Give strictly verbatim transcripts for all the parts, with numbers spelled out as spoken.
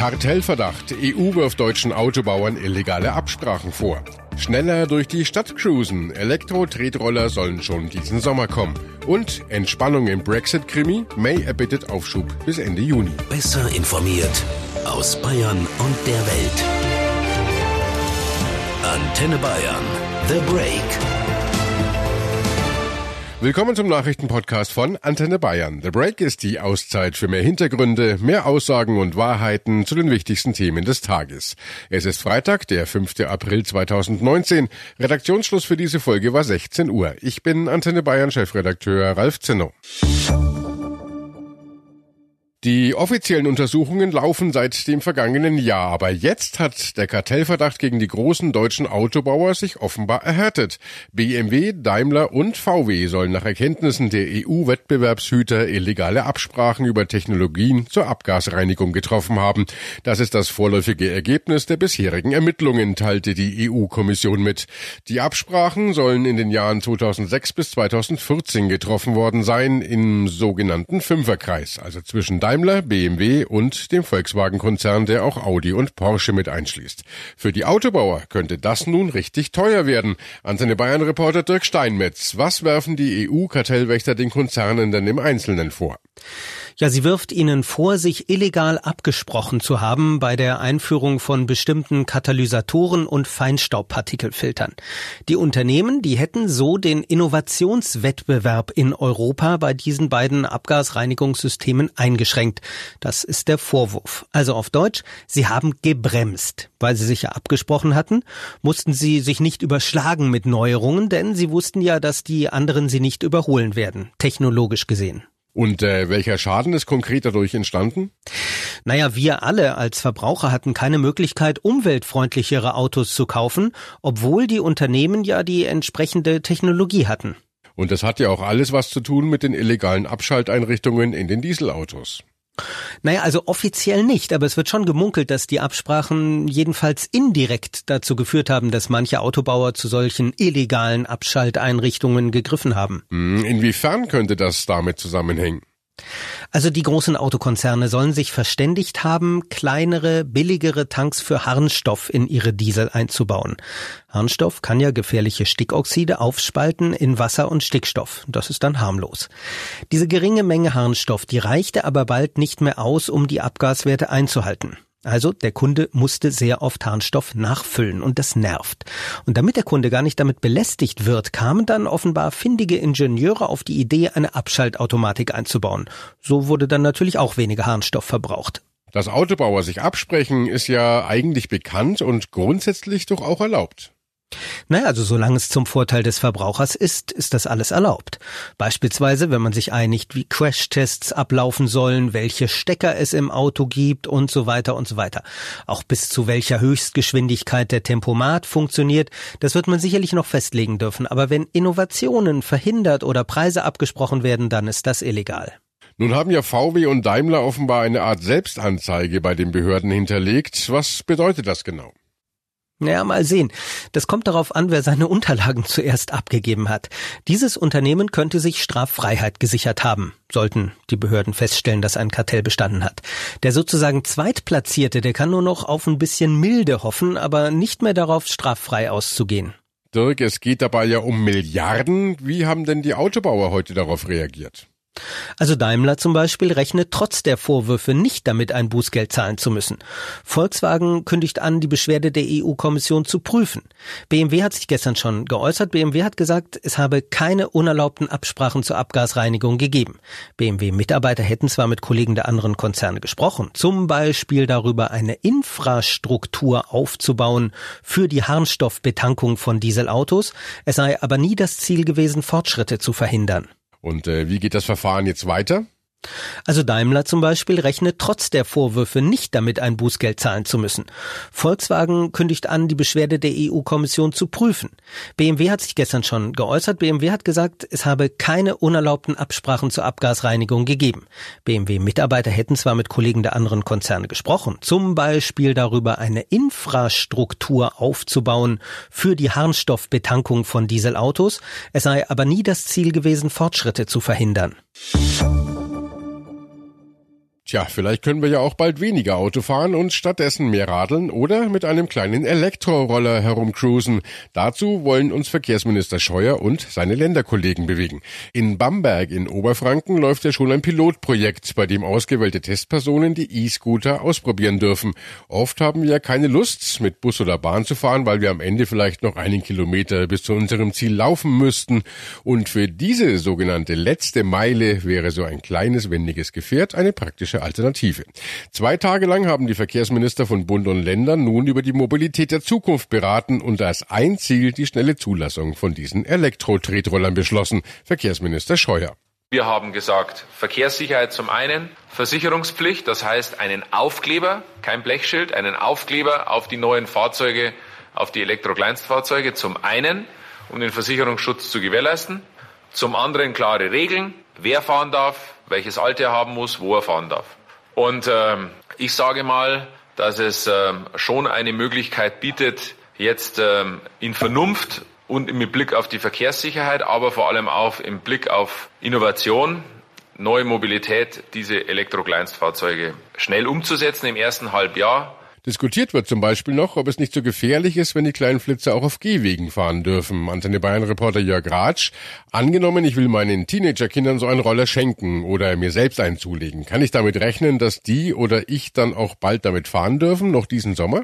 Kartellverdacht. E U wirft deutschen Autobauern illegale Absprachen vor. Schneller durch die Stadt cruisen. Elektro-Tretroller sollen schon diesen Sommer kommen. Und Entspannung im Brexit-Krimi. May erbittet Aufschub bis Ende Juni. Besser informiert aus Bayern und der Welt. Antenne Bayern. The Break. Willkommen zum Nachrichtenpodcast von Antenne Bayern. The Break ist die Auszeit für mehr Hintergründe, mehr Aussagen und Wahrheiten zu den wichtigsten Themen des Tages. Es ist Freitag, der fünfte April zweitausendneunzehn. Redaktionsschluss für diese Folge war sechzehn Uhr. Ich bin Antenne Bayern Chefredakteur Ralf Zinno. Die offiziellen Untersuchungen laufen seit dem vergangenen Jahr, aber jetzt hat der Kartellverdacht gegen die großen deutschen Autobauer sich offenbar erhärtet. B M W, Daimler und V W sollen nach Erkenntnissen der E U-Wettbewerbshüter illegale Absprachen über Technologien zur Abgasreinigung getroffen haben. Das ist das vorläufige Ergebnis der bisherigen Ermittlungen, teilte die E U-Kommission mit. Die Absprachen sollen in den Jahren zweitausendsechs bis zweitausendvierzehn getroffen worden sein, im sogenannten Fünferkreis, also zwischen Daimler, B M W und dem Volkswagen-Konzern, der auch Audi und Porsche mit einschließt. Für die Autobauer könnte das nun richtig teuer werden. Antenne Bayern-Reporter Dirk Steinmetz. Was werfen die E U-Kartellwächter den Konzernen denn im Einzelnen vor? Ja, sie wirft ihnen vor, sich illegal abgesprochen zu haben bei der Einführung von bestimmten Katalysatoren und Feinstaubpartikelfiltern. Die Unternehmen, die hätten so den Innovationswettbewerb in Europa bei diesen beiden Abgasreinigungssystemen eingeschränkt. Das ist der Vorwurf. Also auf Deutsch, sie haben gebremst. Weil sie sich ja abgesprochen hatten, mussten sie sich nicht überschlagen mit Neuerungen, denn sie wussten ja, dass die anderen sie nicht überholen werden, technologisch gesehen. Und äh, welcher Schaden ist konkret dadurch entstanden? Naja, wir alle als Verbraucher hatten keine Möglichkeit, umweltfreundlichere Autos zu kaufen, obwohl die Unternehmen ja die entsprechende Technologie hatten. Und das hat ja auch alles was zu tun mit den illegalen Abschalteinrichtungen in den Dieselautos. Naja, also offiziell nicht, aber es wird schon gemunkelt, dass die Absprachen jedenfalls indirekt dazu geführt haben, dass manche Autobauer zu solchen illegalen Abschalteinrichtungen gegriffen haben. Inwiefern könnte das damit zusammenhängen? Also die großen Autokonzerne sollen sich verständigt haben, kleinere, billigere Tanks für Harnstoff in ihre Diesel einzubauen. Harnstoff kann ja gefährliche Stickoxide aufspalten in Wasser und Stickstoff. Das ist dann harmlos. Diese geringe Menge Harnstoff, die reichte aber bald nicht mehr aus, um die Abgaswerte einzuhalten. Also der Kunde musste sehr oft Harnstoff nachfüllen und das nervt. Und damit der Kunde gar nicht damit belästigt wird, kamen dann offenbar findige Ingenieure auf die Idee, eine Abschaltautomatik einzubauen. So wurde dann natürlich auch weniger Harnstoff verbraucht. Dass Autobauer sich absprechen, ist ja eigentlich bekannt und grundsätzlich doch auch erlaubt. Naja, also solange es zum Vorteil des Verbrauchers ist, ist das alles erlaubt. Beispielsweise, wenn man sich einigt, wie Crashtests ablaufen sollen, welche Stecker es im Auto gibt und so weiter und so weiter. Auch bis zu welcher Höchstgeschwindigkeit der Tempomat funktioniert, das wird man sicherlich noch festlegen dürfen. Aber wenn Innovationen verhindert oder Preise abgesprochen werden, dann ist das illegal. Nun haben ja V W und Daimler offenbar eine Art Selbstanzeige bei den Behörden hinterlegt. Was bedeutet das genau? Naja, mal sehen. Das kommt darauf an, wer seine Unterlagen zuerst abgegeben hat. Dieses Unternehmen könnte sich Straffreiheit gesichert haben, sollten die Behörden feststellen, dass ein Kartell bestanden hat. Der sozusagen Zweitplatzierte, der kann nur noch auf ein bisschen Milde hoffen, aber nicht mehr darauf, straffrei auszugehen. Dirk, es geht dabei ja um Milliarden. Wie haben denn die Autobauer heute darauf reagiert? Also Daimler zum Beispiel rechnet trotz der Vorwürfe nicht damit, ein Bußgeld zahlen zu müssen. Volkswagen kündigt an, die Beschwerde der E U-Kommission zu prüfen. B M W hat sich gestern schon geäußert. B M W hat gesagt, es habe keine unerlaubten Absprachen zur Abgasreinigung gegeben. B M W-Mitarbeiter hätten zwar mit Kollegen der anderen Konzerne gesprochen, zum Beispiel darüber, eine Infrastruktur aufzubauen für die Harnstoffbetankung von Dieselautos. Es sei aber nie das Ziel gewesen, Fortschritte zu verhindern. Und äh, wie geht das Verfahren jetzt weiter? Also Daimler zum Beispiel rechnet trotz der Vorwürfe nicht damit, ein Bußgeld zahlen zu müssen. Volkswagen kündigt an, die Beschwerde der E U-Kommission zu prüfen. B M W hat sich gestern schon geäußert. B M W hat gesagt, es habe keine unerlaubten Absprachen zur Abgasreinigung gegeben. B M W-Mitarbeiter hätten zwar mit Kollegen der anderen Konzerne gesprochen, zum Beispiel darüber, eine Infrastruktur aufzubauen für die Harnstoffbetankung von Dieselautos. Es sei aber nie das Ziel gewesen, Fortschritte zu verhindern. Tja, vielleicht können wir ja auch bald weniger Auto fahren und stattdessen mehr radeln oder mit einem kleinen Elektroroller herumcruisen. Dazu wollen uns Verkehrsminister Scheuer und seine Länderkollegen bewegen. In Bamberg in Oberfranken läuft ja schon ein Pilotprojekt, bei dem ausgewählte Testpersonen die E-Scooter ausprobieren dürfen. Oft haben wir ja keine Lust, mit Bus oder Bahn zu fahren, weil wir am Ende vielleicht noch einen Kilometer bis zu unserem Ziel laufen müssten. Und für diese sogenannte letzte Meile wäre so ein kleines, wendiges Gefährt eine praktische Alternative. Zwei Tage lang haben die Verkehrsminister von Bund und Ländern nun über die Mobilität der Zukunft beraten und als ein Ziel die schnelle Zulassung von diesen Elektro-Tretrollern beschlossen. Verkehrsminister Scheuer. Wir haben gesagt, Verkehrssicherheit zum einen, Versicherungspflicht, das heißt einen Aufkleber, kein Blechschild, einen Aufkleber auf die neuen Fahrzeuge, auf die Elektro-Kleinstfahrzeuge zum einen, um den Versicherungsschutz zu gewährleisten. Zum anderen klare Regeln, wer fahren darf, welches Alter er haben muss, wo er fahren darf. Und ähm, ich sage mal, dass es ähm, schon eine Möglichkeit bietet, jetzt ähm, in Vernunft und mit Blick auf die Verkehrssicherheit, aber vor allem auch im Blick auf Innovation, neue Mobilität, diese Elektro-Kleinstfahrzeuge schnell umzusetzen im ersten Halbjahr. Diskutiert wird zum Beispiel noch, ob es nicht so gefährlich ist, wenn die kleinen Flitzer auch auf Gehwegen fahren dürfen. Antenne Bayern-Reporter Jörg Ratsch. Angenommen, ich will meinen Teenagerkindern so einen Roller schenken oder mir selbst einen zulegen. Kann ich damit rechnen, dass die oder ich dann auch bald damit fahren dürfen, noch diesen Sommer?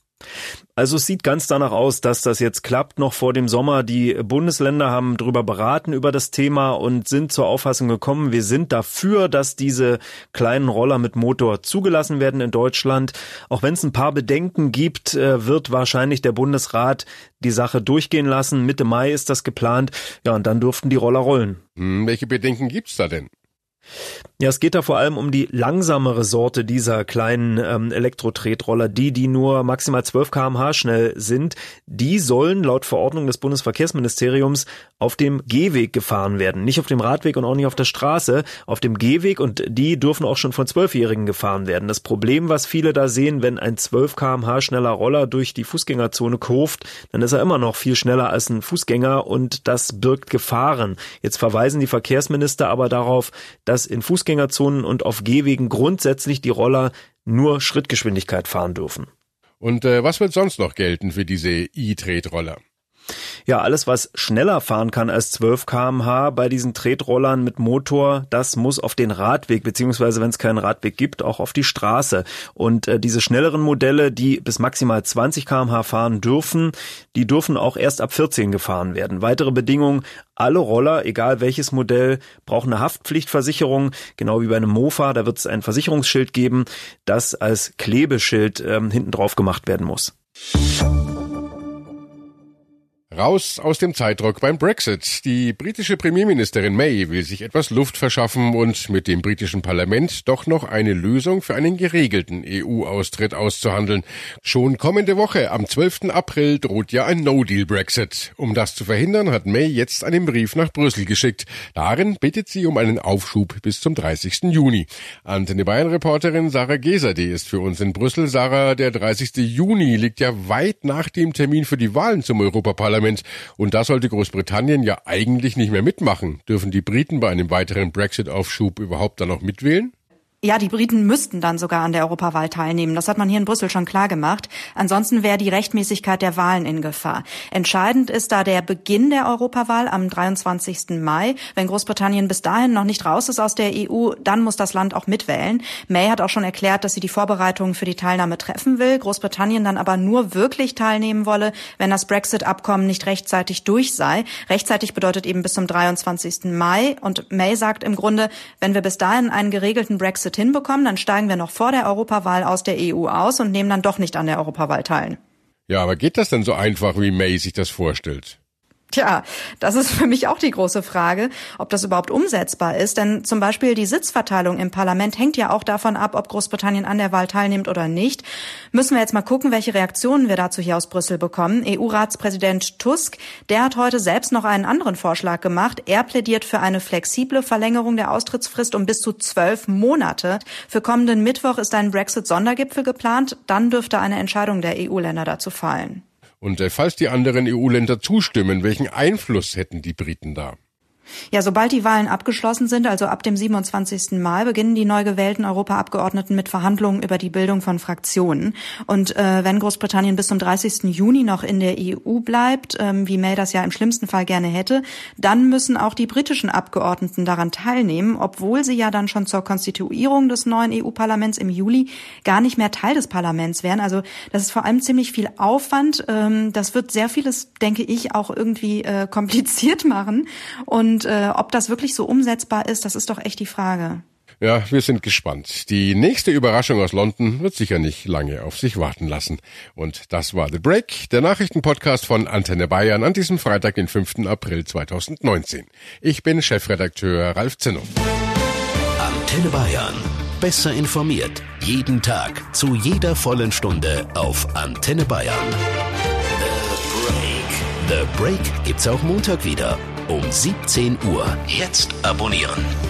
Also es sieht ganz danach aus, dass das jetzt klappt noch vor dem Sommer. Die Bundesländer haben darüber beraten über das Thema und sind zur Auffassung gekommen, wir sind dafür, dass diese kleinen Roller mit Motor zugelassen werden in Deutschland. Auch wenn es ein paar Bedenken gibt, wird wahrscheinlich der Bundesrat die Sache durchgehen lassen. Mitte Mai ist das geplant. Ja, und dann dürften die Roller rollen. Hm, welche Bedenken gibt's da denn? Ja, es geht da vor allem um die langsamere Sorte dieser kleinen ähm, Elektro-Tretroller, die, die nur maximal zwölf Kilometer pro Stunde schnell sind. Die sollen laut Verordnung des Bundesverkehrsministeriums auf dem Gehweg gefahren werden. Nicht auf dem Radweg und auch nicht auf der Straße, auf dem Gehweg, und die dürfen auch schon von Zwölfjährigen gefahren werden. Das Problem, was viele da sehen, wenn ein zwölf Kilometer pro Stunde schneller Roller durch die Fußgängerzone kurvt, dann ist er immer noch viel schneller als ein Fußgänger und das birgt Gefahren. Jetzt verweisen die Verkehrsminister aber darauf, dass in Fußgängerzonen und auf Gehwegen grundsätzlich die Roller nur Schrittgeschwindigkeit fahren dürfen. Und äh, was wird sonst noch gelten für diese E-Tretroller? Ja, alles, was schneller fahren kann als zwölf Kilometer pro Stunde bei diesen Tretrollern mit Motor, das muss auf den Radweg, beziehungsweise wenn es keinen Radweg gibt, auch auf die Straße. Und äh, diese schnelleren Modelle, die bis maximal zwanzig Kilometer pro Stunde fahren dürfen, die dürfen auch erst ab vierzehn gefahren werden. Weitere Bedingungen: alle Roller, egal welches Modell, brauchen eine Haftpflichtversicherung, genau wie bei einem Mofa. Da wird es ein Versicherungsschild geben, das als Klebeschild ähm, hinten drauf gemacht werden muss. Raus aus dem Zeitdruck beim Brexit. Die britische Premierministerin May will sich etwas Luft verschaffen und mit dem britischen Parlament doch noch eine Lösung für einen geregelten E U-Austritt auszuhandeln. Schon kommende Woche, am zwölften April, droht ja ein No-Deal-Brexit. Um das zu verhindern, hat May jetzt einen Brief nach Brüssel geschickt. Darin bittet sie um einen Aufschub bis zum dreißigsten Juni. Antenne Bayern-Reporterin Sarah Geserde ist für uns in Brüssel. Sarah, der dreißigste Juni liegt ja weit nach dem Termin für die Wahlen zum Europaparlament. Und da sollte Großbritannien ja eigentlich nicht mehr mitmachen. Dürfen die Briten bei einem weiteren Brexit-Aufschub überhaupt dann noch mitwählen? Ja, die Briten müssten dann sogar an der Europawahl teilnehmen. Das hat man hier in Brüssel schon klar gemacht. Ansonsten wäre die Rechtmäßigkeit der Wahlen in Gefahr. Entscheidend ist da der Beginn der Europawahl am dreiundzwanzigsten Mai. Wenn Großbritannien bis dahin noch nicht raus ist aus der E U, dann muss das Land auch mitwählen. May hat auch schon erklärt, dass sie die Vorbereitungen für die Teilnahme treffen will, Großbritannien dann aber nur wirklich teilnehmen wolle, wenn das Brexit-Abkommen nicht rechtzeitig durch sei. Rechtzeitig bedeutet eben bis zum dreiundzwanzigsten Mai. Und May sagt im Grunde, wenn wir bis dahin einen geregelten Brexit hinbekommen, dann steigen wir noch vor der Europawahl aus der E U aus und nehmen dann doch nicht an der Europawahl teil. Ja, aber geht das denn so einfach, wie May sich das vorstellt? Tja, das ist für mich auch die große Frage, ob das überhaupt umsetzbar ist. Denn zum Beispiel die Sitzverteilung im Parlament hängt ja auch davon ab, ob Großbritannien an der Wahl teilnimmt oder nicht. Müssen wir jetzt mal gucken, welche Reaktionen wir dazu hier aus Brüssel bekommen. E U-Ratspräsident Tusk, der hat heute selbst noch einen anderen Vorschlag gemacht. Er plädiert für eine flexible Verlängerung der Austrittsfrist um bis zu zwölf Monate. Für kommenden Mittwoch ist ein Brexit-Sondergipfel geplant. Dann dürfte eine Entscheidung der E U-Länder dazu fallen. Und äh, falls die anderen E U-Länder zustimmen, welchen Einfluss hätten die Briten da? Ja, sobald die Wahlen abgeschlossen sind, also ab dem siebenundzwanzigsten Mai, beginnen die neu gewählten Europaabgeordneten mit Verhandlungen über die Bildung von Fraktionen. Und äh, wenn Großbritannien bis zum dreißigsten Juni noch in der E U bleibt, ähm, wie May das ja im schlimmsten Fall gerne hätte, dann müssen auch die britischen Abgeordneten daran teilnehmen, obwohl sie ja dann schon zur Konstituierung des neuen E U-Parlaments im Juli gar nicht mehr Teil des Parlaments wären. Also das ist vor allem ziemlich viel Aufwand. Ähm, das wird sehr vieles, denke ich, auch irgendwie äh, kompliziert machen. Und äh, ob das wirklich so umsetzbar ist, das ist doch echt die Frage. Ja, wir sind gespannt. Die nächste Überraschung aus London wird sicher nicht lange auf sich warten lassen. Und das war The Break, der Nachrichtenpodcast von Antenne Bayern an diesem Freitag, den fünften April zweitausendneunzehn. Ich bin Chefredakteur Ralf Zinno. Antenne Bayern. Besser informiert. Jeden Tag. Zu jeder vollen Stunde auf Antenne Bayern. The Break. The Break gibt's auch Montag wieder. Um siebzehn Uhr. Jetzt abonnieren.